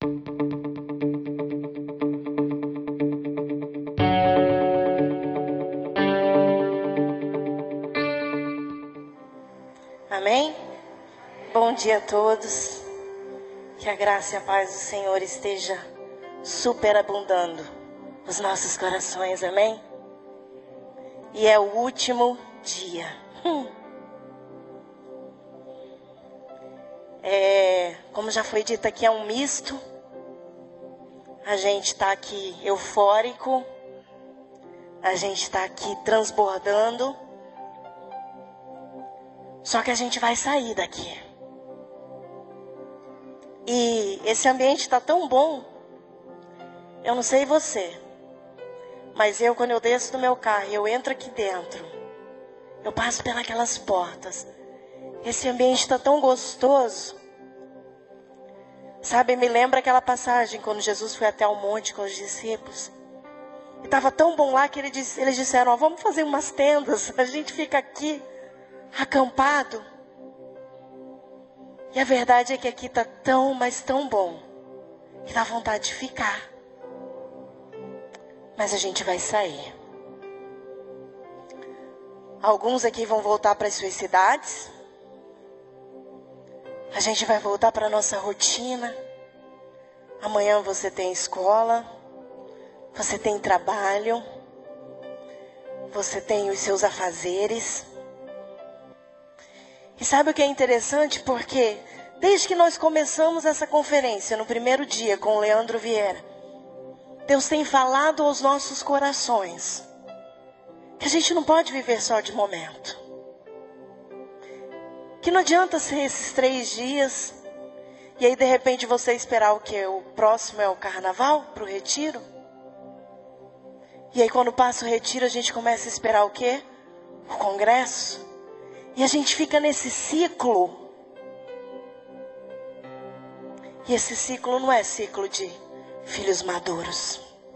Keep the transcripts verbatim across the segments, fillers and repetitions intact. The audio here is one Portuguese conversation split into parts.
Amém? Bom dia a todos. Que a graça e a paz do Senhor esteja superabundando nos nossos corações, amém? E é o último dia. Hum. É, como já foi dito aqui, é um misto. A gente está aqui eufórico. A gente está aqui transbordando. Só que a gente vai sair daqui. E esse ambiente está tão bom. Eu não sei você, mas eu, quando eu desço do meu carro, eu entro aqui dentro, eu passo pelas portas, esse ambiente está tão gostoso. Sabe, me lembra aquela passagem quando Jesus foi até o monte com os discípulos. E estava tão bom lá que ele disse, eles disseram, ó, vamos fazer umas tendas, a gente fica aqui acampado. E a verdade é que aqui está tão, mas tão bom, que dá vontade de ficar. Mas a gente vai sair. Alguns aqui vão voltar para as suas cidades. A gente vai voltar para a nossa rotina. Amanhã você tem escola. Você tem trabalho. Você tem os seus afazeres. E sabe o que é interessante? Porque desde que nós começamos essa conferência, no primeiro dia com o Leandro Vieira, Deus tem falado aos nossos corações que a gente não pode viver só de momento. Que não adianta ser esses três dias e aí de repente você esperar o quê? O próximo é o carnaval, para o retiro? E aí quando passa o retiro a gente começa a esperar o quê? O congresso? E a gente fica nesse ciclo. E esse ciclo não é ciclo de filhos maduros.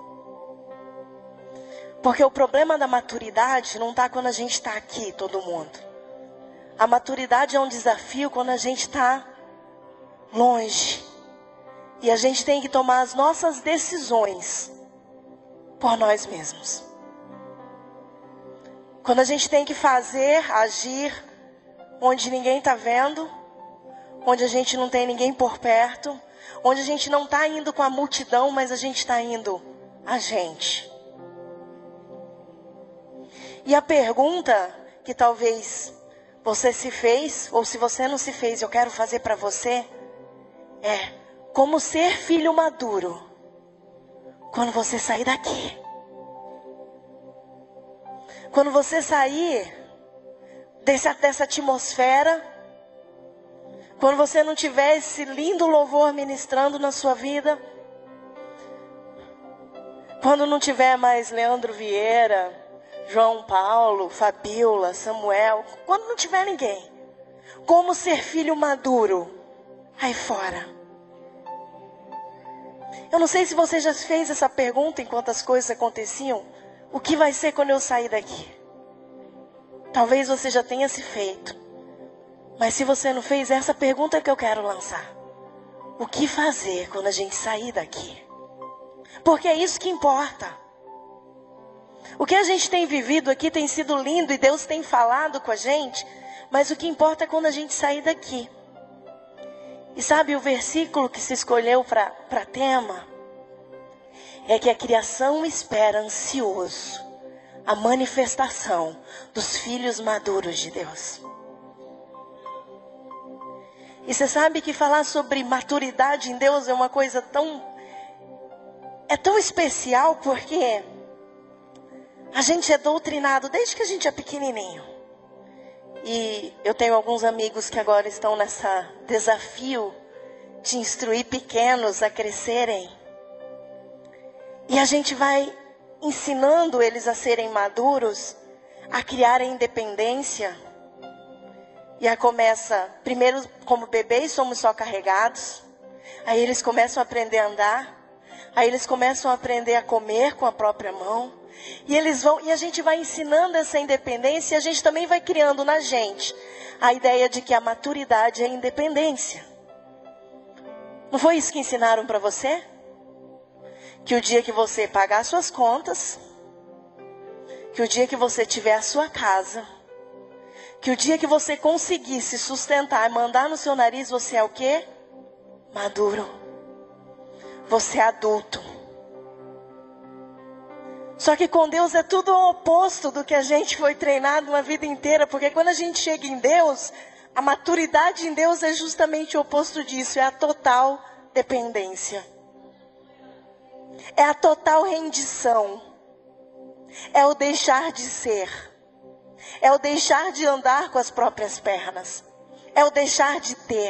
Porque o problema da maturidade não está quando a gente está aqui, todo mundo. A maturidade é um desafio quando a gente está longe. E a gente tem que tomar as nossas decisões por nós mesmos. Quando a gente tem que fazer, agir, onde ninguém está vendo, onde a gente não tem ninguém por perto, onde a gente não está indo com a multidão, mas a gente está indo a gente. E a pergunta que talvez você se fez, ou se você não se fez, eu quero fazer para você, é como ser filho maduro quando você sair daqui. Quando você sair dessa, dessa atmosfera, quando você não tiver esse lindo louvor ministrando na sua vida, quando não tiver mais Leandro Vieira, João Paulo, Fabiola, Samuel, quando não tiver ninguém, como ser filho maduro aí fora? Eu não sei se você já fez essa pergunta enquanto as coisas aconteciam. O que vai ser quando eu sair daqui? Talvez você já tenha se feito. Mas se você não fez, essa pergunta que eu quero lançar. O que fazer quando a gente sair daqui? Porque é isso que importa. O que a gente tem vivido aqui tem sido lindo e Deus tem falado com a gente. Mas o que importa é quando a gente sair daqui. E sabe o versículo que se escolheu para tema? É que a criação espera ansioso a manifestação dos filhos maduros de Deus. E você sabe que falar sobre maturidade em Deus é uma coisa tão... É tão especial porque a gente é doutrinado desde que a gente é pequenininho. E eu tenho alguns amigos que agora estão nessa desafio de instruir pequenos a crescerem. E a gente vai ensinando eles a serem maduros, a criarem independência. E aí começa, primeiro como bebês somos só carregados. Aí eles começam a aprender a andar. Aí eles começam a aprender a comer com a própria mão. E, eles vão, e a gente vai ensinando essa independência e a gente também vai criando na gente a ideia de que a maturidade é independência. Não foi isso que ensinaram para você? Que o dia que você pagar suas contas, que o dia que você tiver a sua casa, que o dia que você conseguir se sustentar e mandar no seu nariz, você é o quê? Maduro. Você é adulto. Só que com Deus é tudo o oposto do que a gente foi treinado uma vida inteira. Porque quando a gente chega em Deus, a maturidade em Deus é justamente o oposto disso. É a total dependência. É a total rendição. É o deixar de ser. É o deixar de andar com as próprias pernas. É o deixar de ter.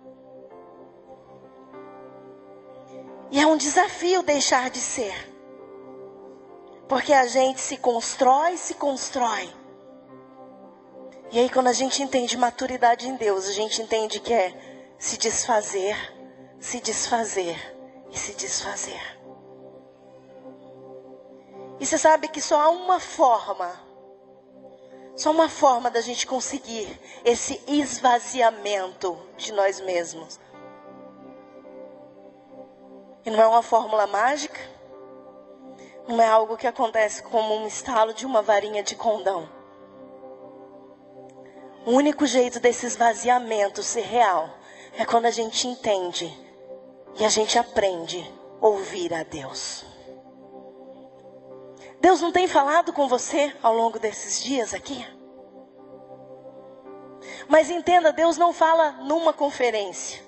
E é um desafio deixar de ser. Porque a gente se constrói, se constrói. E aí quando a gente entende maturidade em Deus, a gente entende que é se desfazer, se desfazer e se desfazer. E você sabe que só há uma forma, só uma forma da gente conseguir esse esvaziamento de nós mesmos. E não é uma fórmula mágica, não é algo que acontece como um estalo de uma varinha de condão. O único jeito desse esvaziamento ser real é quando a gente entende e a gente aprende a ouvir a Deus. Deus não tem falado com você ao longo desses dias aqui? Mas entenda, Deus não fala numa conferência.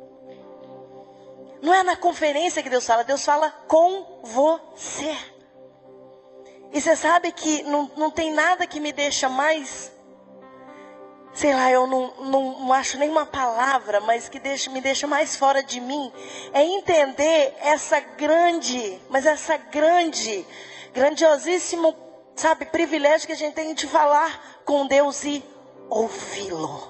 Não é na conferência que Deus fala, Deus fala com você. E você sabe que não, não tem nada que me deixa mais, sei lá, eu não, não, não acho nenhuma palavra, mas que deixa, me deixa mais fora de mim, é entender essa grande, mas essa grande, grandiosíssimo, sabe, privilégio que a gente tem de falar com Deus e ouvi-lo.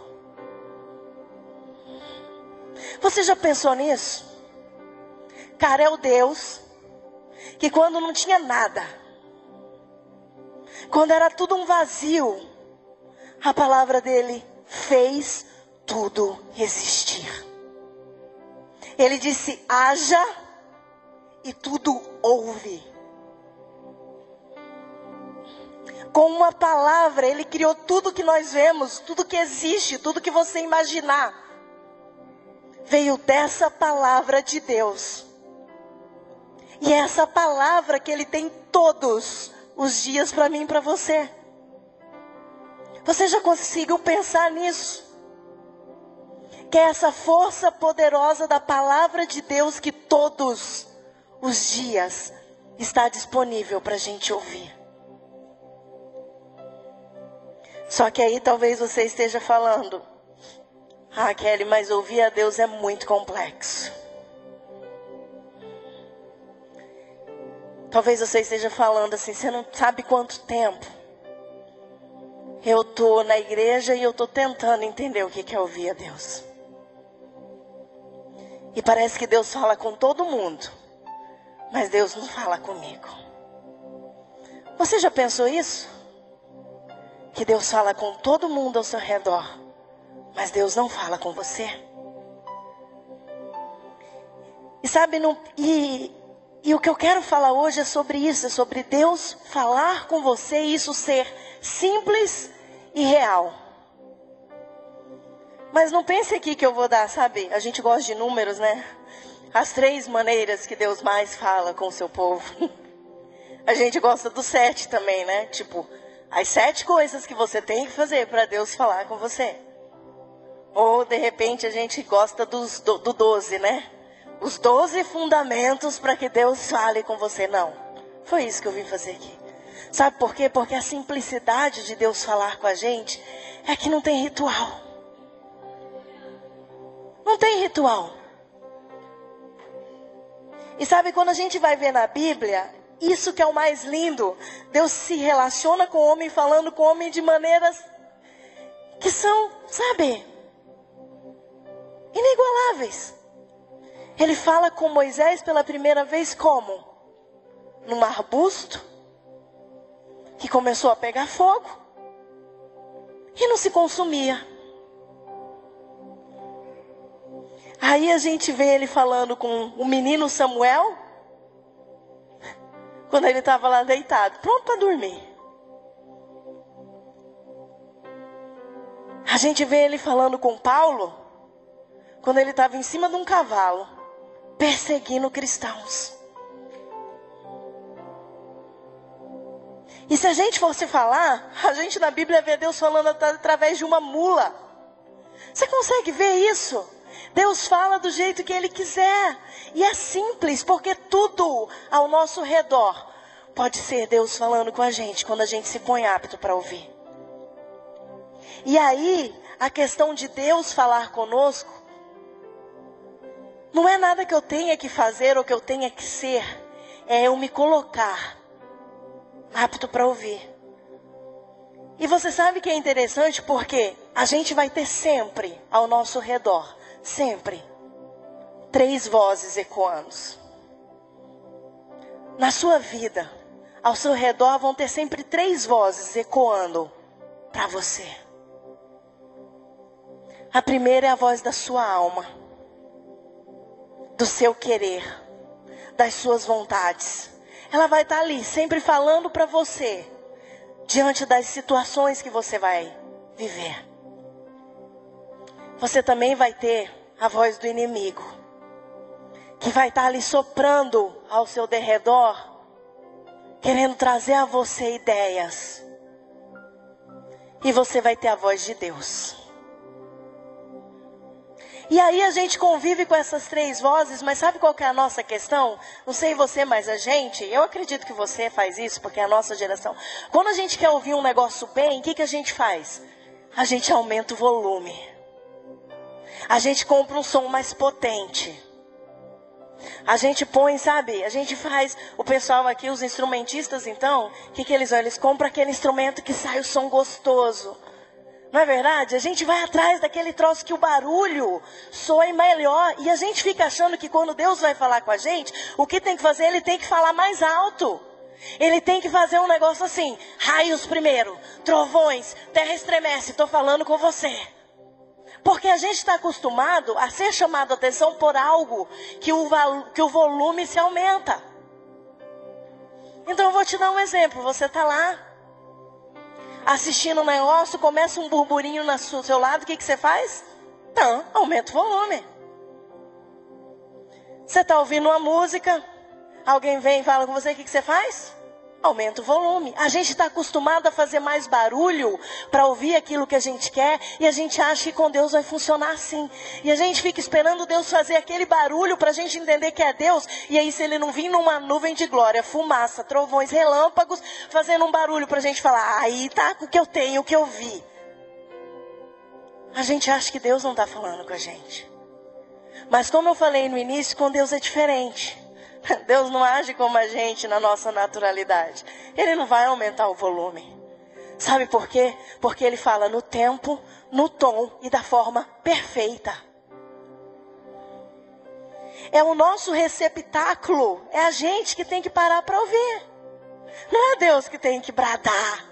Você já pensou nisso? Cara, é o Deus que quando não tinha nada, quando era tudo um vazio, a palavra dele fez tudo existir. Ele disse, haja, e tudo houve. Com uma palavra, ele criou tudo que nós vemos, tudo que existe, tudo que você imaginar. Veio dessa palavra de Deus. E é essa palavra que ele tem todos os dias para mim e para você. Você já conseguiu pensar nisso? Que é essa força poderosa da palavra de Deus que todos os dias está disponível para a gente ouvir. Só que aí talvez você esteja falando, ah, Kelly, mas ouvir a Deus é muito complexo. Talvez você esteja falando assim, você não sabe quanto tempo eu estou na igreja e eu estou tentando entender o que é ouvir a Deus. E parece que Deus fala com todo mundo, mas Deus não fala comigo. Você já pensou isso? Que Deus fala com todo mundo ao seu redor, mas Deus não fala com você? E sabe, não, e, e o que eu quero falar hoje é sobre isso, é sobre Deus falar com você e isso ser simples e real. Mas não pense aqui que eu vou dar, sabe, a gente gosta de números, né? As três maneiras que Deus mais fala com o seu povo. A gente gosta do sete também, né? Tipo, as sete coisas que você tem que fazer para Deus falar com você. Ou de repente a gente gosta dos, do, do doze, né? Os doze fundamentos para que Deus fale com você. Não, foi isso que eu vim fazer aqui. Sabe por quê? Porque a simplicidade de Deus falar com a gente é que não tem ritual. Não tem ritual. E sabe, quando a gente vai ver na Bíblia, isso que é o mais lindo. Deus se relaciona com o homem, falando com o homem de maneiras que são, sabe, inigualáveis. Ele fala com Moisés pela primeira vez como? Num arbusto que começou a pegar fogo e não se consumia. Aí a gente vê ele falando com o menino Samuel, quando ele estava lá deitado, pronto para dormir. A gente vê ele falando com Paulo, quando ele estava em cima de um cavalo, perseguindo cristãos. E se a gente fosse falar, a gente na Bíblia vê Deus falando através de uma mula. Você consegue ver isso? Deus fala do jeito que Ele quiser. E é simples, porque tudo ao nosso redor pode ser Deus falando com a gente, quando a gente se põe apto para ouvir. E aí, a questão de Deus falar conosco, não é nada que eu tenha que fazer ou que eu tenha que ser. É eu me colocar apto para ouvir. E você sabe que é interessante porque a gente vai ter sempre ao nosso redor, sempre, três vozes ecoando. Na sua vida, ao seu redor vão ter sempre três vozes ecoando para você. A primeira é a voz da sua alma, do seu querer, das suas vontades. Ela vai estar ali, sempre falando para você, diante das situações que você vai viver. Você também vai ter a voz do inimigo, que vai estar ali soprando ao seu derredor, querendo trazer a você ideias. E você vai ter a voz de Deus. E aí a gente convive com essas três vozes, mas sabe qual que é a nossa questão? Não sei você, mas a gente, eu acredito que você faz isso, porque é a nossa geração. Quando a gente quer ouvir um negócio bem, o que, que a gente faz? A gente aumenta o volume. A gente compra um som mais potente. A gente põe, sabe, a gente faz, o pessoal aqui, os instrumentistas então, o que, que eles vão? Eles compram aquele instrumento que sai o som gostoso. Não é verdade? A gente vai atrás daquele troço que o barulho soe melhor. E a gente fica achando que quando Deus vai falar com a gente, o que tem que fazer? Ele tem que falar mais alto. Ele tem que fazer um negócio assim, raios primeiro, trovões, terra estremece, estou falando com você. Porque a gente está acostumado a ser chamado a atenção por algo que o, que o volume se aumenta. Então eu vou te dar um exemplo. Você está lá, assistindo um negócio, começa um burburinho no seu lado, o que, que você faz? Então, aumenta o volume. Você está ouvindo uma música, alguém vem e fala com você, o que, que você faz? Aumenta o volume. A gente está acostumado a fazer mais barulho para ouvir aquilo que a gente quer, e a gente acha que com Deus vai funcionar assim. E a gente fica esperando Deus fazer aquele barulho para a gente entender que é Deus, e aí se Ele não vir numa nuvem de glória, fumaça, trovões, relâmpagos, fazendo um barulho para a gente falar, aí tá o que eu tenho, o que eu vi. A gente acha que Deus não está falando com a gente. Mas como eu falei no início, com Deus é diferente. Deus não age como a gente na nossa naturalidade. Ele não vai aumentar o volume. Sabe por quê? Porque Ele fala no tempo, no tom e da forma perfeita. É o nosso receptáculo. É a gente que tem que parar para ouvir. Não é Deus que tem que bradar.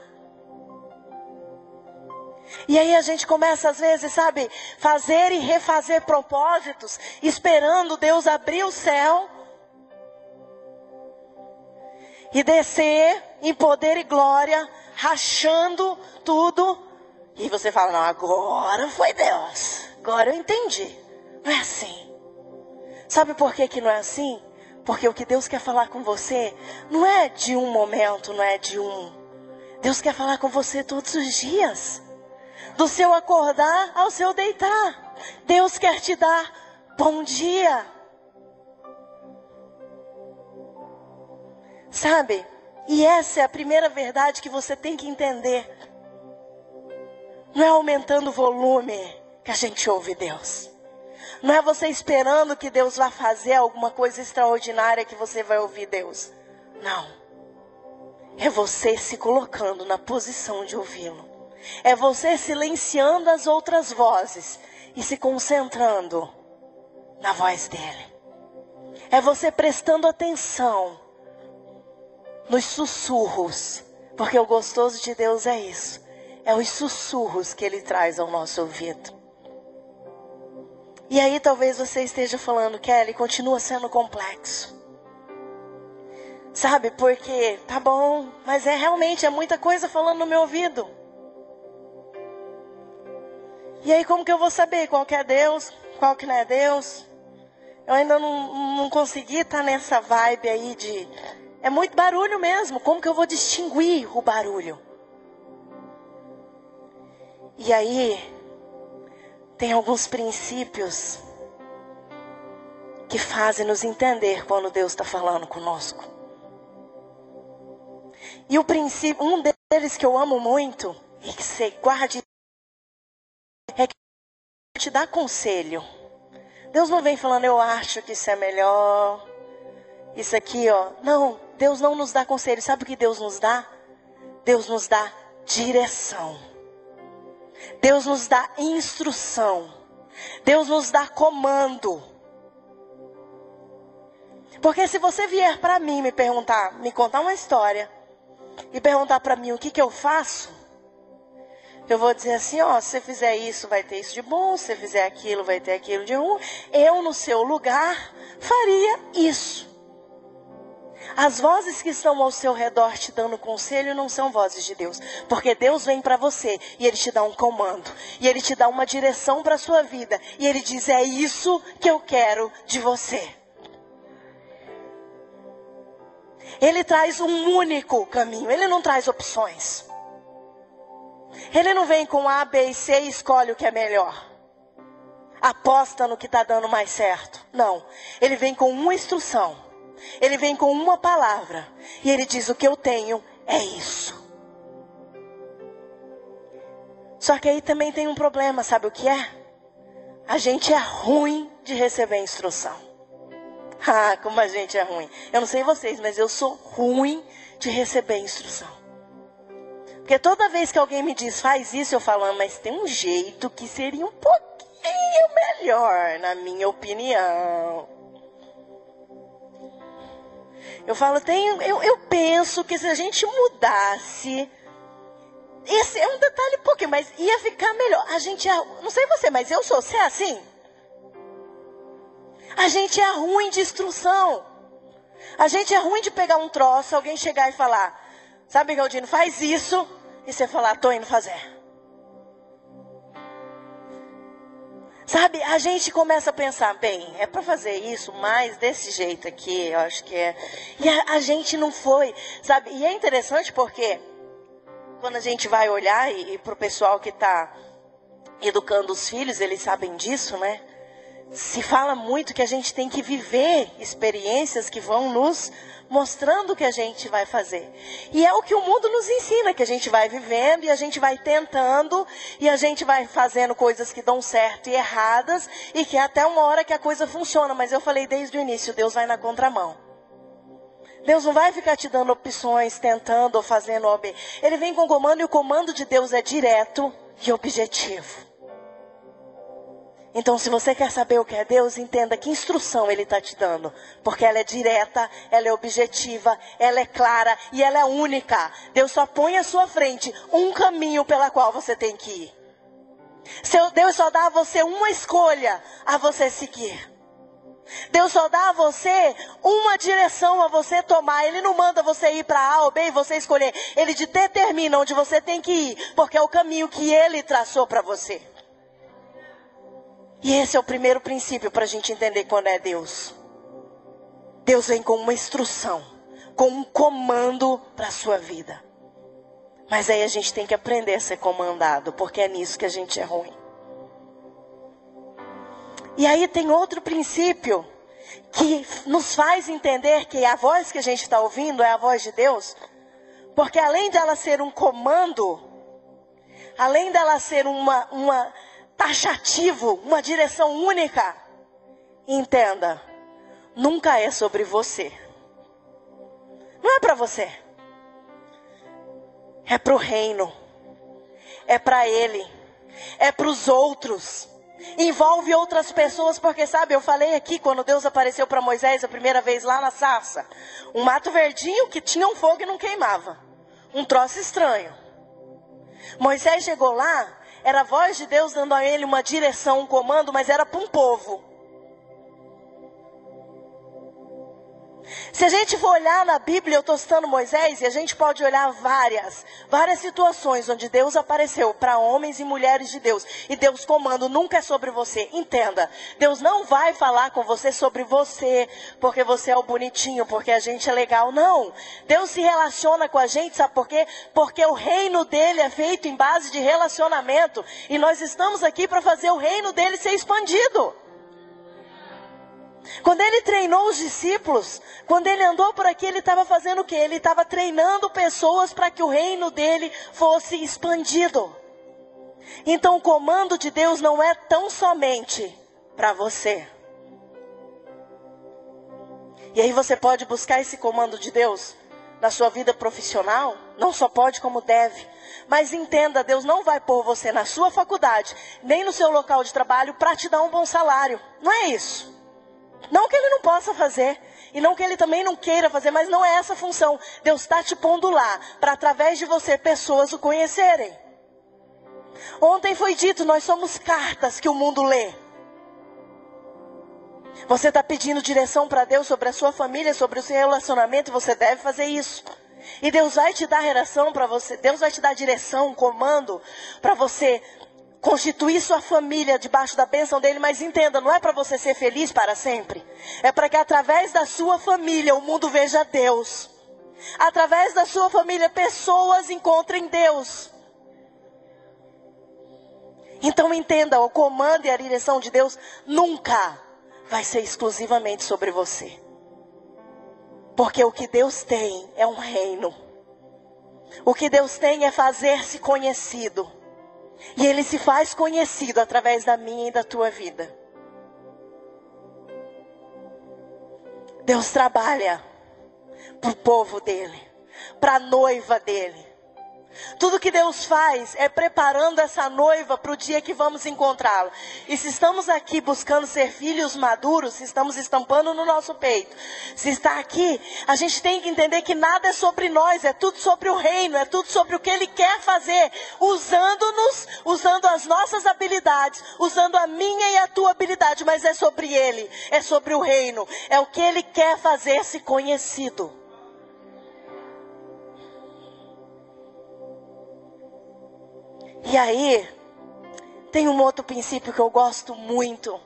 E aí a gente começa às vezes, sabe, fazer e refazer propósitos, esperando Deus abrir o céu e descer em poder e glória, rachando tudo. E você fala, não, agora foi Deus. Agora eu entendi. Não é assim. Sabe por que que não é assim? Porque o que Deus quer falar com você não é de um momento, não é de um. Deus quer falar com você todos os dias. Do seu acordar ao seu deitar. Deus quer te dar bom dia. Sabe? E essa é a primeira verdade que você tem que entender. Não é aumentando o volume que a gente ouve Deus. Não é você esperando que Deus vá fazer alguma coisa extraordinária que você vai ouvir Deus. Não. É você se colocando na posição de ouvi-lo. É você silenciando as outras vozes e se concentrando na voz dele. É você prestando atenção nos sussurros, porque o gostoso de Deus é isso, é os sussurros que Ele traz ao nosso ouvido. E aí talvez você esteja falando, Kelly, continua sendo complexo. Sabe, porque tá bom, mas é realmente é muita coisa falando no meu ouvido. E aí como que eu vou saber qual que é Deus, qual que não é Deus? Eu ainda não, não consegui estar nessa vibe aí de... É muito barulho mesmo, como que eu vou distinguir o barulho? E aí, tem alguns princípios que fazem nos entender quando Deus está falando conosco. E o princípio, um deles que eu amo muito, e que você guarde, é que te dá conselho. Deus não vem falando, eu acho que isso é melhor, isso aqui, ó. Não, Deus não nos dá conselho. Sabe o que Deus nos dá? Deus nos dá direção. Deus nos dá instrução. Deus nos dá comando. Porque se você vier para mim me perguntar, me contar uma história, e perguntar para mim o que que eu faço, eu vou dizer assim, ó, se você fizer isso, vai ter isso de bom, se você fizer aquilo, vai ter aquilo de ruim. Eu, no seu lugar, faria isso. As vozes que estão ao seu redor te dando conselho não são vozes de Deus. Porque Deus vem para você e Ele te dá um comando. E Ele te dá uma direção para a sua vida. E Ele diz, é isso que eu quero de você. Ele traz um único caminho. Ele não traz opções. Ele não vem com A, B e C e escolhe o que é melhor. Aposta no que está dando mais certo. Não. Ele vem com uma instrução. Ele vem com uma palavra. E Ele diz, o que eu tenho é isso. Só que aí também tem um problema, sabe o que é? A gente é ruim de receber instrução. Ah, como a gente é ruim. Eu não sei vocês, mas eu sou ruim de receber instrução. Porque toda vez que alguém me diz, faz isso, eu falo, mas tem um jeito que seria um pouquinho melhor, na minha opinião. Eu falo, tem, eu, eu penso que se a gente mudasse, esse é um detalhe pouquinho, mas ia ficar melhor. A gente é, não sei você, mas eu sou, você é assim? A gente é ruim de instrução. A gente é ruim de pegar um troço, alguém chegar e falar, sabe, Galdino, faz isso, e você falar, tô indo fazer. Sabe, a gente começa a pensar, bem, é para fazer isso, mas desse jeito aqui, eu acho que é. E a, a gente não foi, sabe? E é interessante porque quando a gente vai olhar, e, e para o pessoal que está educando os filhos, eles sabem disso, né? Se fala muito que a gente tem que viver experiências que vão nos mostrando o que a gente vai fazer. E é o que o mundo nos ensina, que a gente vai vivendo e a gente vai tentando e a gente vai fazendo coisas que dão certo e erradas e que até uma hora que a coisa funciona. Mas eu falei desde o início, Deus vai na contramão. Deus não vai ficar te dando opções, tentando ou fazendo O B. Ele vem com comando e o comando de Deus é direto e objetivo. Então, se você quer saber o que é Deus, entenda que instrução Ele está te dando. Porque ela é direta, ela é objetiva, ela é clara e ela é única. Deus só põe à sua frente um caminho pela qual você tem que ir. Seu Deus só dá a você uma escolha a você seguir. Deus só dá a você uma direção a você tomar. Ele não manda você ir para A ou B e você escolher. Ele te determina onde você tem que ir, porque é o caminho que Ele traçou para você. E esse é o primeiro princípio para a gente entender quando é Deus. Deus vem com uma instrução, com um comando para a sua vida. Mas aí a gente tem que aprender a ser comandado, porque é nisso que a gente é ruim. E aí tem outro princípio que nos faz entender que a voz que a gente está ouvindo é a voz de Deus. Porque além dela ser um comando, além dela ser uma... uma taxativo, uma direção única, entenda, nunca é sobre você. Não é para você. É para o reino. É para Ele. É para os outros. Envolve outras pessoas, porque sabe, eu falei aqui quando Deus apareceu para Moisés a primeira vez lá na sarça, um mato verdinho que tinha um fogo e não queimava. Um troço estranho. Moisés chegou lá, era a voz de Deus dando a ele uma direção, um comando, mas era para um povo. Se a gente for olhar na Bíblia, eu estou citando Moisés, e a gente pode olhar várias, várias situações onde Deus apareceu para homens e mulheres de Deus. E Deus comando nunca é sobre você. Entenda, Deus não vai falar com você sobre você, porque você é o bonitinho, porque a gente é legal. Não, Deus se relaciona com a gente, sabe por quê? Porque o reino dele é feito em base de relacionamento. E nós estamos aqui para fazer o reino dele ser expandido. Quando ele treinou os discípulos, quando ele andou por aqui, ele estava fazendo o quê? Ele estava treinando pessoas para que o reino dele fosse expandido. Então o comando de Deus não é tão somente para você. E aí você pode buscar esse comando de Deus na sua vida profissional, não só pode como deve. Mas entenda, Deus não vai pôr você na sua faculdade, nem no seu local de trabalho para te dar um bom salário. Não é isso. Não que ele não possa fazer, e não que ele também não queira fazer, mas não é essa a função. Deus está te pondo lá, para através de você, pessoas o conhecerem. Ontem foi dito, nós somos cartas que o mundo lê. Você está pedindo direção para Deus sobre a sua família, sobre o seu relacionamento, e você deve fazer isso. E Deus vai te dar direção para você, Deus vai te dar direção, comando, para você constituir sua família debaixo da bênção dele, mas entenda, não é para você ser feliz para sempre. É para que através da sua família o mundo veja Deus. Através da sua família pessoas encontrem Deus. Então entenda, o comando e a direção de Deus nunca vai ser exclusivamente sobre você. Porque o que Deus tem é um reino. O que Deus tem é fazer-se conhecido. E Ele se faz conhecido através da minha e da tua vida. Deus trabalha para o povo dele, para a noiva dele. Tudo que Deus faz é preparando essa noiva para o dia que vamos encontrá-la. E se estamos aqui buscando ser filhos maduros, se estamos estampando no nosso peito, se está aqui, a gente tem que entender que nada é sobre nós, é tudo sobre o reino, é tudo sobre o que Ele quer fazer, usando-nos, usando as nossas habilidades, usando a minha e a tua habilidade, mas é sobre Ele, é sobre o reino, é o que Ele quer fazer-se conhecido. E aí, tem um outro princípio que eu gosto muito.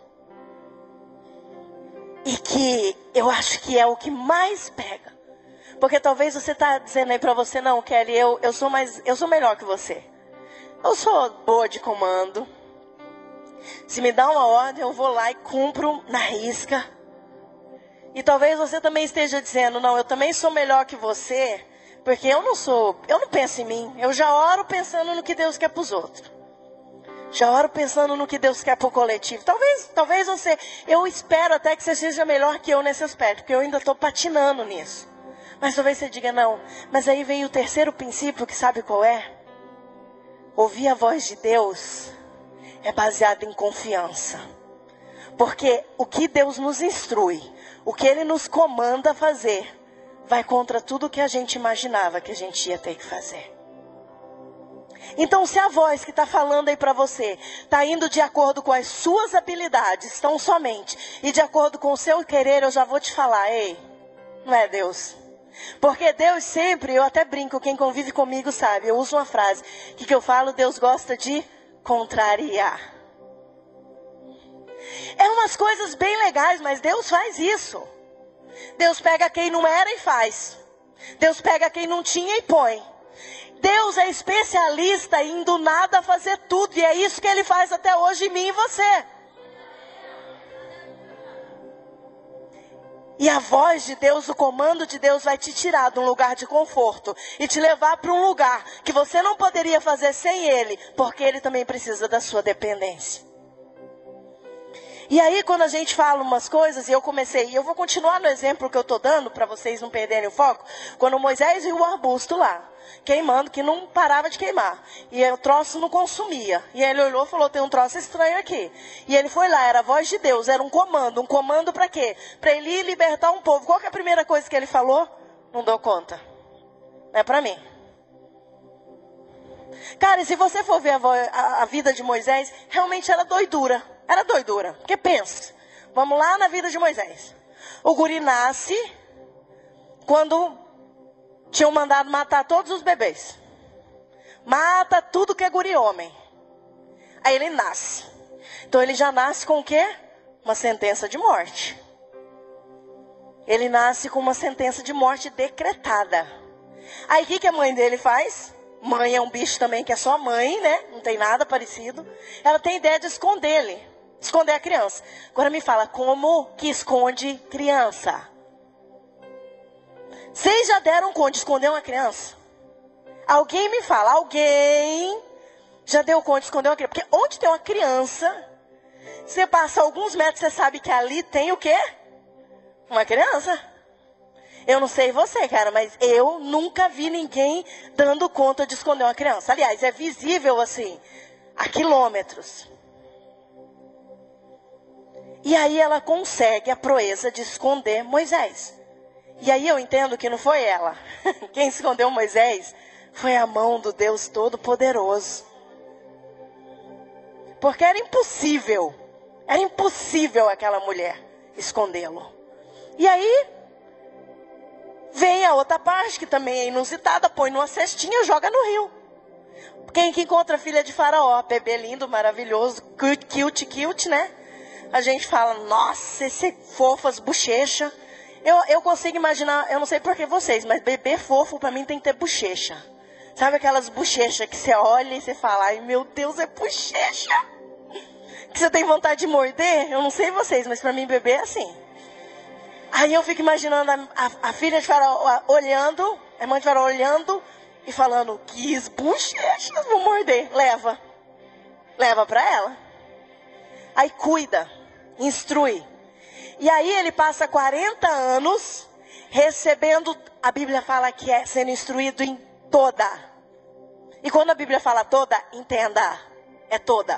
E que eu acho que é o que mais pega. Porque talvez você está dizendo aí para você, não, Kelly, eu, eu, sou mais, eu sou melhor que você. Eu sou boa de comando. Se me dá uma ordem, eu vou lá e cumpro na risca. E talvez você também esteja dizendo, não, eu também sou melhor que você. Porque eu não sou, eu não penso em mim. Eu já oro pensando no que Deus quer para os outros. Já oro pensando no que Deus quer para o coletivo. Talvez, talvez você, eu espero até que você seja melhor que eu nesse aspecto. Porque eu ainda estou patinando nisso. Mas talvez você diga, não. Mas aí vem o terceiro princípio, que sabe qual é? Ouvir a voz de Deus é baseado em confiança. Porque o que Deus nos instrui, o que Ele nos comanda a fazer, vai contra tudo que a gente imaginava que a gente ia ter que fazer. Então, se a voz que está falando aí para você está indo de acordo com as suas habilidades, tão somente, e de acordo com o seu querer, eu já vou te falar, ei, não é Deus. Porque Deus sempre, eu até brinco, quem convive comigo sabe, eu uso uma frase, que que eu falo, Deus gosta de contrariar. É umas coisas bem legais, mas Deus faz isso. Deus pega quem não era e faz. Deus pega quem não tinha e põe. Deus é especialista em do nada fazer tudo. E é isso que Ele faz até hoje em mim e você. E a voz de Deus, o comando de Deus vai te tirar de um lugar de conforto e te levar para um lugar que você não poderia fazer sem Ele, porque Ele também precisa da sua dependência. E aí quando a gente fala umas coisas, e eu comecei, e eu vou continuar no exemplo que eu estou dando, para vocês não perderem o foco, quando Moisés viu o arbusto lá, queimando, que não parava de queimar, e o troço não consumia, e ele olhou e falou, tem um troço estranho aqui, e ele foi lá, era a voz de Deus, era um comando, um comando para quê? Para ele ir libertar um povo. Qual que é a primeira coisa que ele falou? Não dou conta, não é para mim. Cara, e se você for ver a, a, a vida de Moisés, realmente era doidura. Era doidura. Porque pensa, vamos lá na vida de Moisés. O guri nasce quando tinham mandado matar todos os bebês. Mata tudo que é guri homem. Aí ele nasce. Então ele já nasce com o quê? Uma sentença de morte. Ele nasce com uma sentença de morte decretada. Aí o que, que a mãe dele faz? Mãe é um bicho também que é só mãe, né? Não tem nada parecido. Ela tem ideia de esconder ele. Esconder a criança. Agora me fala, como que esconde criança? Vocês já deram conta de esconder uma criança? Alguém me fala, alguém já deu conta de esconder uma criança? Porque onde tem uma criança, você passa alguns metros, você sabe que ali tem o quê? Uma criança. Eu não sei você, cara, mas eu nunca vi ninguém dando conta de esconder uma criança. Aliás, é visível assim, a quilômetros. E aí ela consegue a proeza de esconder Moisés. E aí eu entendo que não foi ela. Quem escondeu Moisés foi a mão do Deus Todo-Poderoso. Porque era impossível, era impossível aquela mulher escondê-lo. E aí, vem a outra parte, que também é inusitada, põe numa cestinha e joga no rio. Quem que encontra a filha de Faraó? Bebê lindo, maravilhoso, cute, cute, cute, né? A gente fala, nossa, esse fofas, bochecha. Eu, eu consigo imaginar, eu não sei por que vocês, mas bebê fofo pra mim tem que ter bochecha. Sabe aquelas bochechas que você olha e você fala, ai meu Deus, é bochecha. Que você tem vontade de morder? Eu não sei vocês, mas pra mim bebê é assim. Aí eu fico imaginando a, a, a filha de Faraó olhando, a mãe de Faraó olhando e falando, que bochechas, vou morder. Leva. Leva pra ela. Aí cuida, instrui. E aí ele passa quarenta anos recebendo, a Bíblia fala que é sendo instruído em toda. E quando a Bíblia fala toda, entenda, é toda.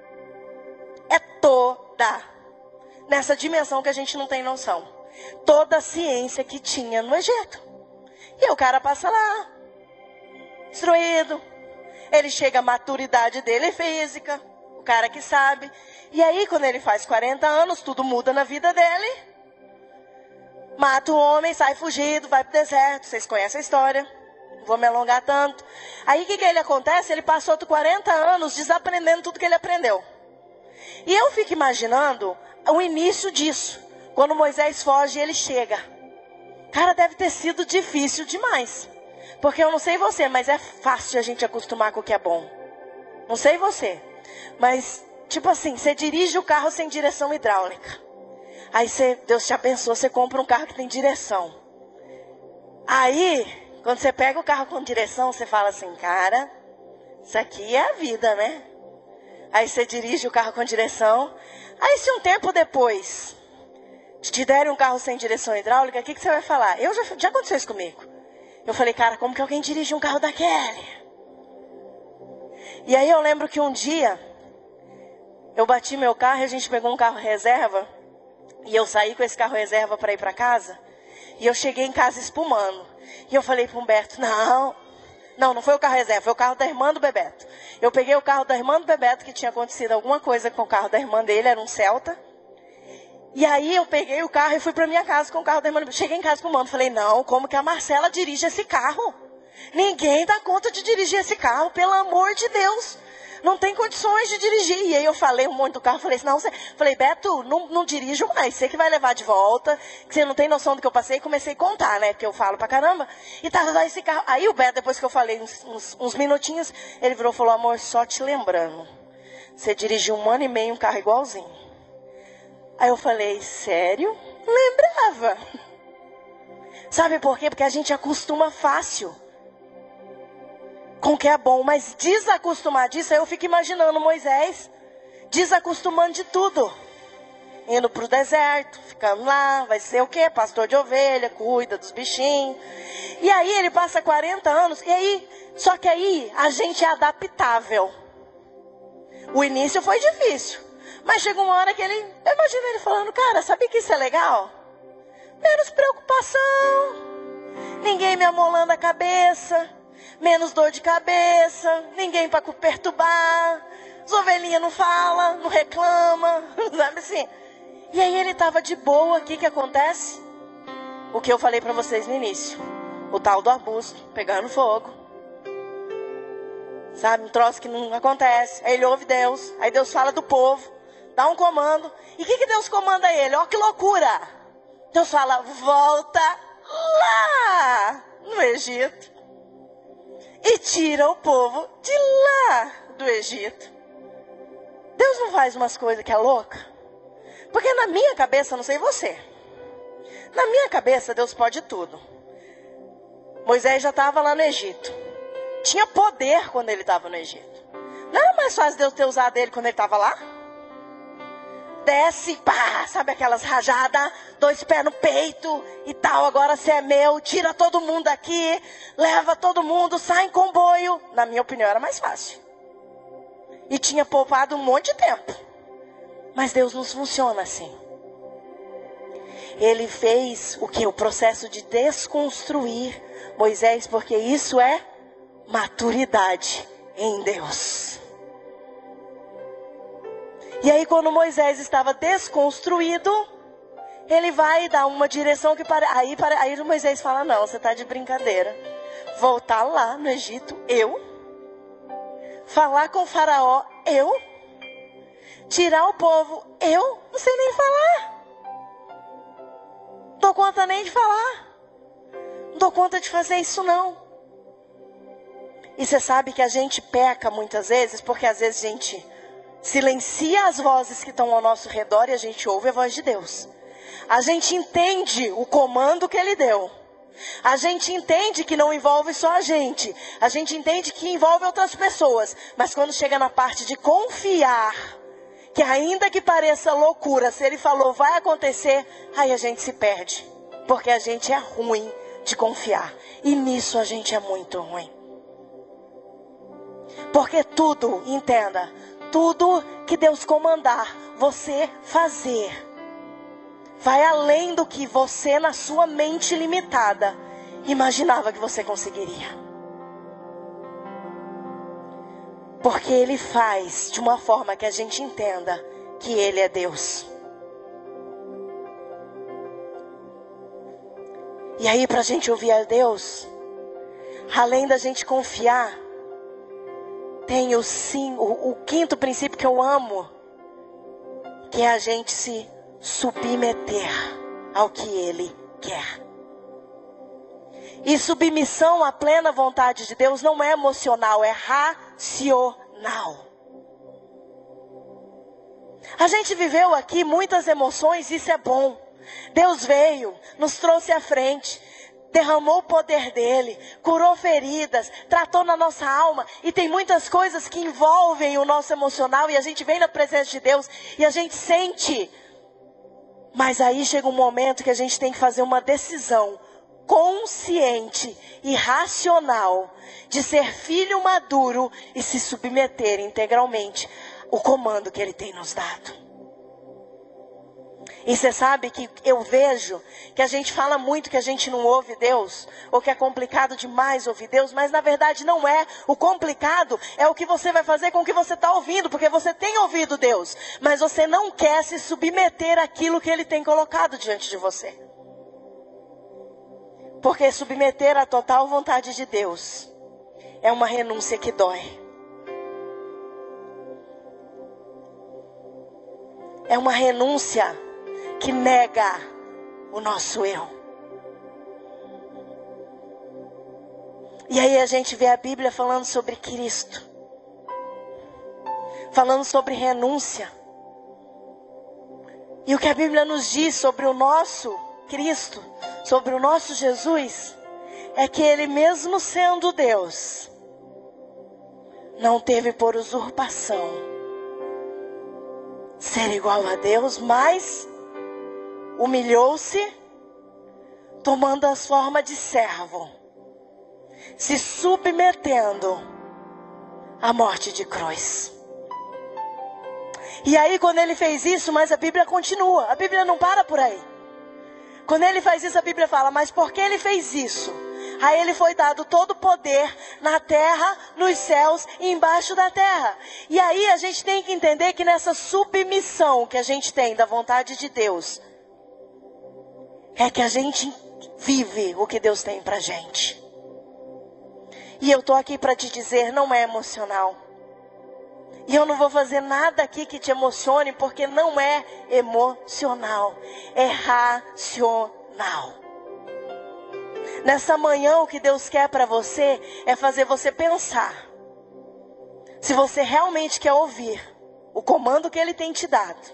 É toda. Nessa dimensão que a gente não tem noção. Toda a ciência que tinha no Egito. E o cara passa lá, instruído. Ele chega à maturidade dele física. O cara que sabe. E aí, quando ele faz quarenta anos, tudo muda na vida dele. Mata o homem, sai fugido, vai pro deserto. Vocês conhecem a história. Não vou me alongar tanto. Aí, o que que ele acontece? Ele passou outros quarenta anos desaprendendo tudo que ele aprendeu. E eu fico imaginando o início disso. Quando Moisés foge, ele chega. Cara, deve ter sido difícil demais. Porque eu não sei você, mas é fácil a gente acostumar com o que é bom. Não sei você. Mas, tipo assim, você dirige o carro sem direção hidráulica. Aí você, Deus te abençoa, você compra um carro que tem direção. Aí, quando você pega o carro com direção, você fala assim, cara, isso aqui é a vida, né? Aí você dirige o carro com direção. Aí se um tempo depois te derem um carro sem direção hidráulica, o que, que você vai falar? Eu já, já aconteceu isso comigo. Eu falei, cara, como que alguém dirige um carro daquele? E aí eu lembro que um dia, eu bati meu carro e a gente pegou um carro reserva. E eu saí com esse carro reserva para ir para casa. E eu cheguei em casa espumando. E eu falei para o Humberto, não, não, não foi o carro reserva, foi o carro da irmã do Bebeto. Eu peguei o carro da irmã do Bebeto, que tinha acontecido alguma coisa com o carro da irmã dele, era um Celta. E aí eu peguei o carro e fui para minha casa com o carro da irmã do Bebeto. Cheguei em casa com o mano, falei, não, como que a Marcela dirige esse carro? Ninguém dá conta de dirigir esse carro, pelo amor de Deus. Não tem condições de dirigir. E aí eu falei um monte do carro, falei assim, não, você... falei, Beto, não, não dirijo mais, você que vai levar de volta, que você não tem noção do que eu passei. E comecei a contar, né, porque eu falo pra caramba. E tava lá esse carro. Aí o Beto, depois que eu falei uns, uns, uns minutinhos, ele virou e falou, amor, só te lembrando, você dirigiu um ano e meio um carro igualzinho. Aí eu falei, sério? Lembrava. Sabe por quê? Porque a gente acostuma fácil com o que é bom, mas desacostumar disso, aí eu fico imaginando Moisés desacostumando de tudo, indo para o deserto, ficando lá, vai ser o quê? Pastor de ovelha, cuida dos bichinhos. E aí ele passa quarenta anos, e aí, só que aí a gente é adaptável. O início foi difícil, mas chegou uma hora que ele, eu imagino ele falando, cara, sabe que isso é legal? Menos preocupação, ninguém me amolando a cabeça, menos dor de cabeça, ninguém para perturbar, as ovelhinhas não falam, não reclama, sabe assim? E aí ele estava de boa, o que que acontece? O que eu falei para vocês no início, o tal do arbusto pegando fogo, sabe, um troço que não acontece. Aí ele ouve Deus, aí Deus fala do povo, dá um comando, e o que que Deus comanda a ele? Ó que loucura! Deus fala, volta lá no Egito e tira o povo de lá do Egito. Deus não faz umas coisas que é louca? Porque na minha cabeça, não sei você, na minha cabeça Deus pode tudo. Moisés já estava lá no Egito, tinha poder quando ele estava no Egito. Não era mais fácil Deus ter usado ele quando ele estava lá? Desce, pá, sabe aquelas rajadas, dois pés no peito e tal, agora você é meu, tira todo mundo daqui, leva todo mundo, sai em comboio. Na minha opinião era mais fácil. E tinha poupado um monte de tempo. Mas Deus não funciona assim. Ele fez o que? O processo de desconstruir Moisés, porque isso é maturidade em Deus. E aí quando Moisés estava desconstruído, ele vai dar uma direção que para... Aí, para... aí Moisés fala, não, você está de brincadeira. Voltar lá no Egito, eu? Falar com o faraó, eu? Tirar o povo, eu? Não sei nem falar. Não dou conta nem de falar. Não dou conta de fazer isso não. E você sabe que a gente peca muitas vezes, porque às vezes a gente silencia as vozes que estão ao nosso redor e a gente ouve a voz de Deus. A gente entende o comando que Ele deu. A gente entende que não envolve só a gente. A gente entende que envolve outras pessoas. Mas quando chega na parte de confiar, que ainda que pareça loucura, se Ele falou vai acontecer, aí a gente se perde. Porque a gente é ruim de confiar. E nisso a gente é muito ruim. Porque tudo, entenda, tudo que Deus comandar você fazer, vai além do que você, na sua mente limitada, imaginava que você conseguiria. Porque Ele faz de uma forma que a gente entenda que Ele é Deus. E aí, para a gente ouvir a Deus, além da gente confiar, tem o, sim, o, o quinto princípio que eu amo, que é a gente se submeter ao que Ele quer. E submissão à plena vontade de Deus não é emocional, é racional. A gente viveu aqui muitas emoções, isso é bom. Deus veio, nos trouxe à frente, derramou o poder dele, curou feridas, tratou na nossa alma. E tem muitas coisas que envolvem o nosso emocional e a gente vem na presença de Deus e a gente sente. Mas aí chega um momento que a gente tem que fazer uma decisão consciente e racional de ser filho maduro e se submeter integralmente ao comando que Ele tem nos dado. E você sabe que eu vejo que a gente fala muito que a gente não ouve Deus, ou que é complicado demais ouvir Deus, mas na verdade não é. O complicado é o que você vai fazer com o que você está ouvindo, porque você tem ouvido Deus, mas você não quer se submeter àquilo que Ele tem colocado diante de você. Porque submeter à total vontade de Deus é uma renúncia que dói. É uma renúncia que nega o nosso eu. E aí a gente vê a Bíblia falando sobre Cristo, falando sobre renúncia. E o que a Bíblia nos diz sobre o nosso Cristo, sobre o nosso Jesus, é que Ele, mesmo sendo Deus, não teve por usurpação ser igual a Deus, mas humilhou-se, tomando a forma de servo, se submetendo à morte de cruz. E aí quando Ele fez isso, mas a Bíblia continua, a Bíblia não para por aí. Quando Ele faz isso, a Bíblia fala, mas porque Ele fez isso? A ele foi dado todo o poder na terra, nos céus e embaixo da terra. E aí a gente tem que entender que nessa submissão que a gente tem da vontade de Deus, é que a gente vive o que Deus tem pra gente. E eu tô aqui para te dizer, não é emocional. E eu não vou fazer nada aqui que te emocione, porque não é emocional, é racional. Nessa manhã o que Deus quer para você é fazer você pensar. Se você realmente quer ouvir o comando que Ele tem te dado.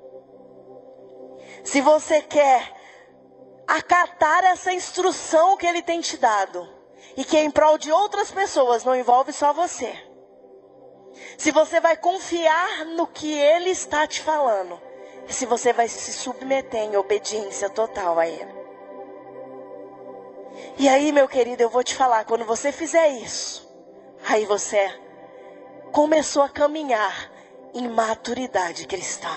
Se você quer acatar essa instrução que Ele tem te dado. E que é em prol de outras pessoas, não envolve só você. Se você vai confiar no que Ele está te falando. E se você vai se submeter em obediência total a Ele. E aí, meu querido, eu vou te falar, quando você fizer isso, aí você começou a caminhar em maturidade cristã.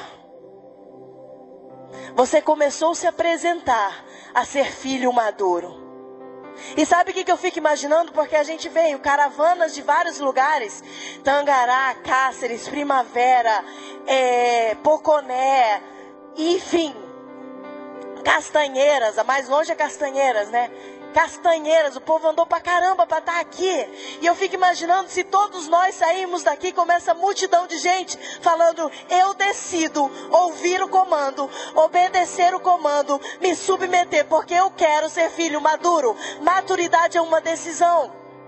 Você começou a se apresentar a ser filho maduro. E sabe o que, que eu fico imaginando? Porque a gente veio caravanas de vários lugares. Tangará, Cáceres, Primavera, é, Poconé, enfim. Castanheiras, a mais longe é Castanheiras, né? Castanheiras, o povo andou pra caramba pra estar aqui. E eu fico imaginando se todos nós saímos daqui com essa multidão de gente falando, eu decido ouvir o comando, obedecer o comando, me submeter, porque eu quero ser filho maduro. Maturidade é uma decisão.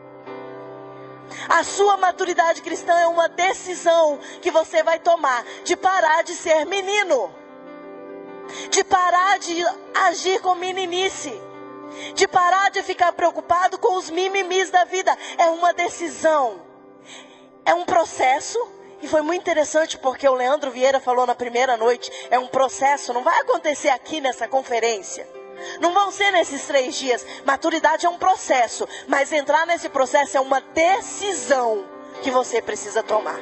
A sua maturidade cristã é uma decisão que você vai tomar de parar de ser menino, de parar de agir com meninice, de parar de ficar preocupado com os mimimis da vida. É uma decisão, é um processo. E foi muito interessante porque o Leandro Vieira falou na primeira noite, é um processo, não vai acontecer aqui nessa conferência, não vão ser nesses três dias. Maturidade é um processo, mas entrar nesse processo é uma decisão que você precisa tomar.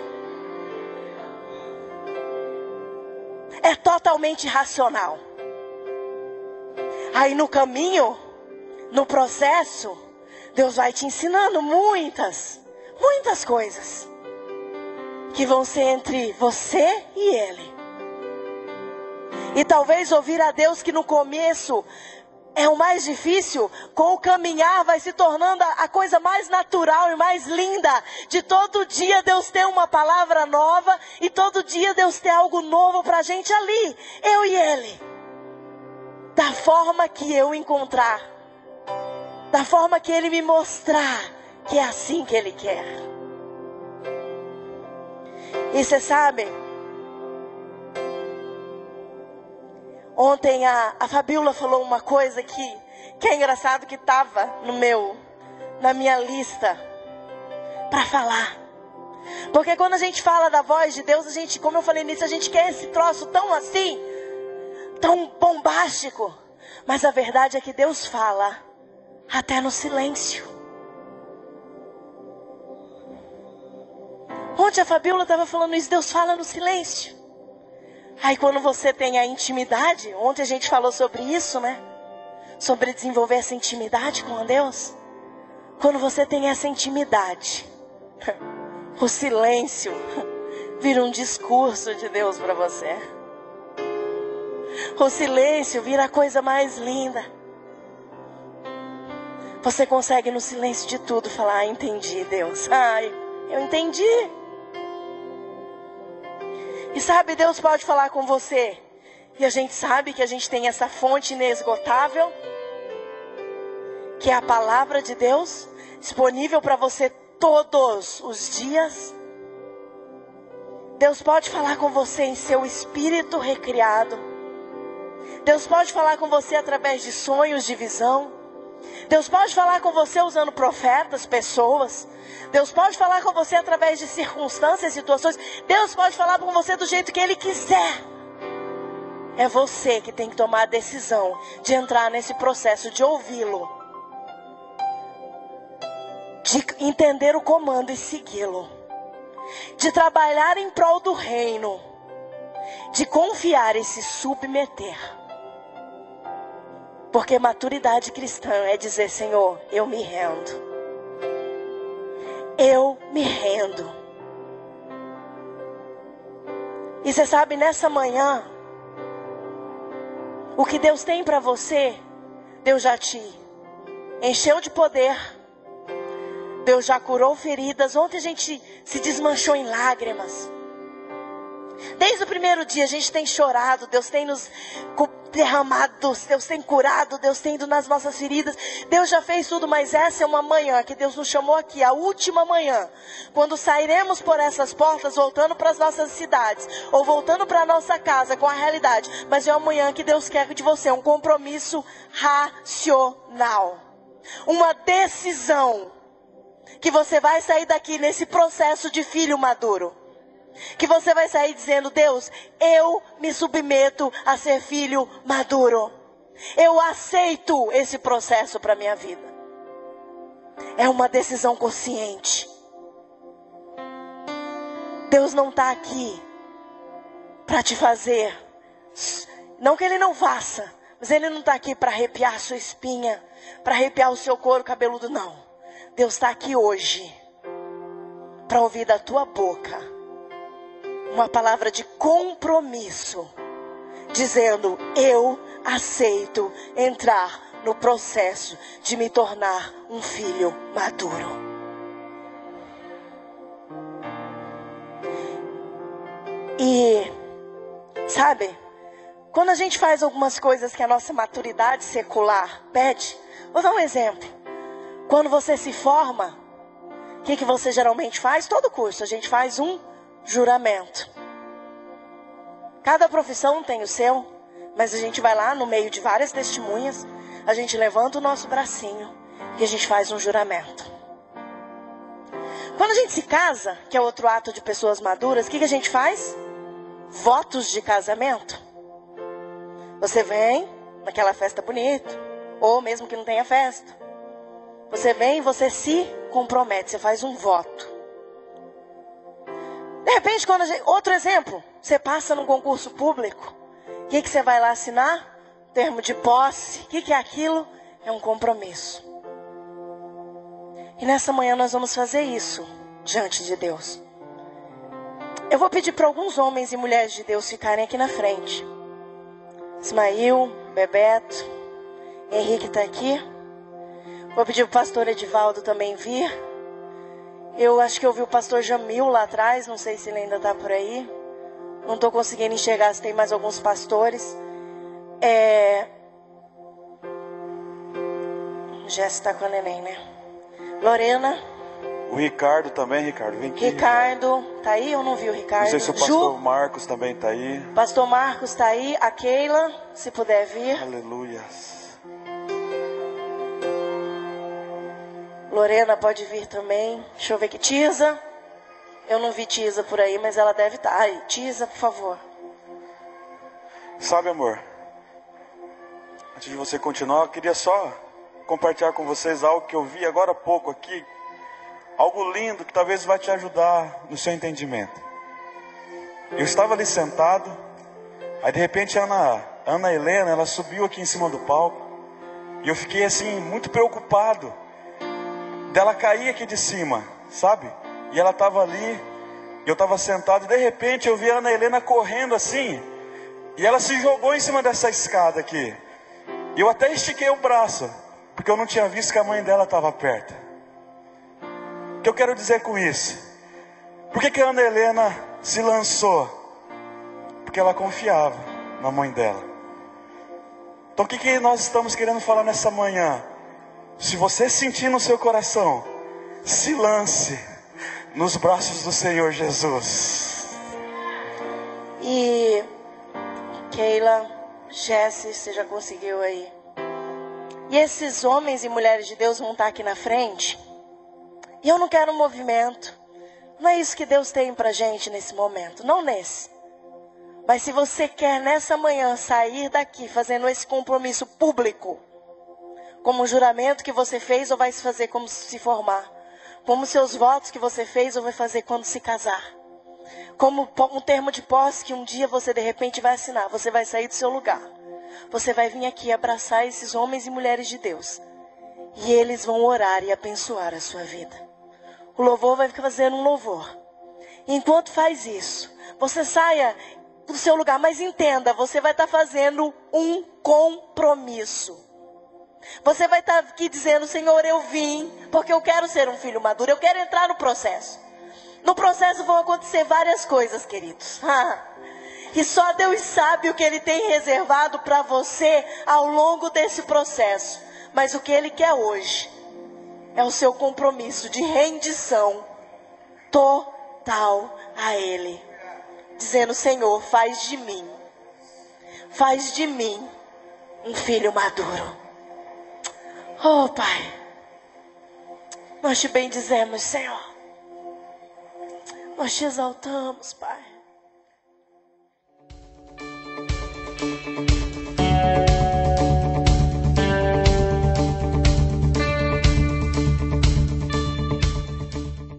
É totalmente racional. Aí no caminho, no processo, Deus vai te ensinando muitas, muitas coisas. Que vão ser entre você e Ele. E talvez ouvir a Deus que no começo é o mais difícil, com o caminhar vai se tornando a coisa mais natural e mais linda. De todo dia Deus ter uma palavra nova e todo dia Deus ter algo novo pra gente ali, eu e Ele. Da forma que eu encontrar, da forma que Ele me mostrar que é assim que Ele quer. E você sabe, ontem a, a Fabiola falou uma coisa que, que é engraçado, que estava no meu, na minha lista para falar. Porque quando a gente fala da voz de Deus, a gente, como eu falei nisso, a gente quer esse troço tão assim, tão bombástico. Mas a verdade é que Deus fala até no silêncio. Ontem a Fabiola estava falando isso, Deus fala no silêncio. Aí quando você tem a intimidade, ontem a gente falou sobre isso, né? Sobre desenvolver essa intimidade com Deus. Quando você tem essa intimidade, o silêncio vira um discurso de Deus para você. O silêncio vira a coisa mais linda. Você consegue no silêncio de tudo falar, ah, entendi, Deus. Ai, eu entendi. E sabe, Deus pode falar com você. E a gente sabe que a gente tem essa fonte inesgotável, que é a palavra de Deus, disponível para você todos os dias. Deus pode falar com você em seu espírito recriado. Deus pode falar com você através de sonhos, de visão. Deus pode falar com você usando profetas, pessoas. Deus pode falar com você através de circunstâncias, situações. Deus pode falar com você do jeito que Ele quiser. É você que tem que tomar a decisão de entrar nesse processo, de ouvi-lo, de entender o comando e segui-lo, de trabalhar em prol do reino, de confiar e se submeter. Porque maturidade cristã é dizer: Senhor, eu me rendo. Eu me rendo. E você sabe, nessa manhã, o que Deus tem para você, Deus já te encheu de poder. Deus já curou feridas. Ontem a gente se desmanchou em lágrimas. Desde o primeiro dia a gente tem chorado. Deus tem nos derramado. Deus tem curado. Deus tem ido nas nossas feridas. Deus já fez tudo, mas essa é uma manhã que Deus nos chamou aqui. A última manhã. Quando sairemos por essas portas, voltando para as nossas cidades. Ou voltando para a nossa casa com a realidade. Mas é uma manhã que Deus quer de você. Um compromisso racional. Uma decisão. Que você vai sair daqui nesse processo de filho maduro. Que você vai sair dizendo: Deus, eu me submeto a ser filho maduro. Eu aceito esse processo para minha vida. É uma decisão consciente. Deus não está aqui para te fazer. Não que Ele não faça. Mas Ele não está aqui para arrepiar a sua espinha. Para arrepiar o seu couro cabeludo, não. Deus está aqui hoje para ouvir da tua boca uma palavra de compromisso, dizendo: eu aceito entrar no processo de me tornar um filho maduro. E, sabe, quando a gente faz algumas coisas que a nossa maturidade secular pede, vou dar um exemplo. Quando você se forma, o que, que você geralmente faz? Todo curso a gente faz um juramento. Cada profissão tem o seu, mas a gente vai lá no meio de várias testemunhas, a gente levanta o nosso bracinho e a gente faz um juramento. Quando a gente se casa, que é outro ato de pessoas maduras, o que, que a gente faz? Votos de casamento. Você vem naquela festa bonita, ou mesmo que não tenha festa. Você vem e você se compromete, você faz um voto. De repente, quando a gente, outro exemplo, você passa num concurso público, o que, que você vai lá assinar? Termo de posse. O que, que é aquilo? É um compromisso. E nessa manhã nós vamos fazer isso diante de Deus. Eu vou pedir para alguns homens e mulheres de Deus ficarem aqui na frente. Ismael, Bebeto, Henrique está aqui. Vou pedir para o pastor Edivaldo também vir. Eu acho que eu vi o pastor Jamil lá atrás. Não sei se ele ainda está por aí. Não estou conseguindo enxergar se tem mais alguns pastores. É... Jéssica está com a neném, né? Lorena. O Ricardo também, Ricardo. Vem aqui. Ricardo. Tá aí? Eu não vi o Ricardo. Não sei se o pastor Ju, Marcos também está aí. Pastor Marcos está aí. A Keila, se puder vir. Aleluia. Lorena pode vir também. Deixa eu ver aqui. Tisa. Eu não vi Tisa por aí, mas ela deve estar. Aí, Tisa, por favor. Sabe, amor, antes de você continuar, eu queria só compartilhar com vocês algo que eu vi agora há pouco aqui. Algo lindo que talvez vai te ajudar no seu entendimento. Eu estava ali sentado. Aí de repente a Ana, Ana Helena, ela subiu aqui em cima do palco. E eu fiquei assim, muito preocupado dela cair aqui de cima, sabe? E ela estava ali, eu estava sentado, e de repente eu vi a Ana Helena correndo assim, e ela se jogou em cima dessa escada aqui. E eu até estiquei o braço, porque eu não tinha visto que a mãe dela estava perto. O que eu quero dizer com isso? Por que que a Ana Helena se lançou? Porque ela confiava na mãe dela. Então o que que nós estamos querendo falar nessa manhã? Se você sentir no seu coração, se lance nos braços do Senhor Jesus. E Keila, Jesse, você já conseguiu aí. E esses homens e mulheres de Deus vão estar aqui na frente. E eu não quero um movimento. Não é isso que Deus tem pra gente nesse momento. Não nesse. Mas se você quer nessa manhã sair daqui fazendo esse compromisso público, como um juramento que você fez ou vai se fazer como se formar, como seus votos que você fez ou vai fazer quando se casar, como um termo de posse que um dia você de repente vai assinar, você vai sair do seu lugar, você vai vir aqui abraçar esses homens e mulheres de Deus. E eles vão orar e abençoar a sua vida. O louvor vai ficar fazendo um louvor. Enquanto faz isso, você saia do seu lugar, mas entenda, você vai estar fazendo um compromisso. Você vai estar aqui dizendo, Senhor, eu vim porque eu quero ser um filho maduro, eu quero entrar no processo. No processo vão acontecer várias coisas, queridos. E só Deus sabe o que Ele tem reservado para você ao longo desse processo. Mas o que Ele quer hoje é o seu compromisso de rendição total a Ele. Dizendo, Senhor, faz de mim, faz de mim um filho maduro. Oh, Pai, nós te bendizemos, Senhor. Nós te exaltamos, Pai.